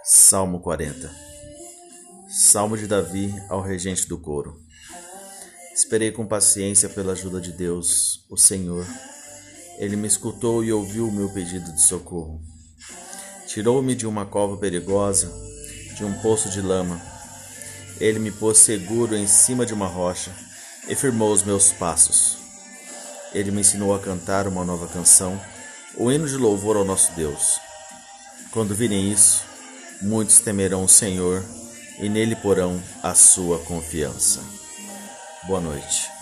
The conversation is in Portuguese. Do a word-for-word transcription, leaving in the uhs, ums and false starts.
Salmo quarenta. Salmo de Davi ao regente do coro. Esperei com paciência pela ajuda de Deus, o Senhor. Ele me escutou e ouviu o meu pedido de socorro. Tirou-me de uma cova perigosa, de um poço de lama. Ele me pôs seguro em cima de uma rocha e firmou os meus passos. Ele me ensinou a cantar uma nova canção, o hino de louvor ao nosso Deus. Quando virem isso, muitos temerão o Senhor e nele porão a sua confiança. Boa noite.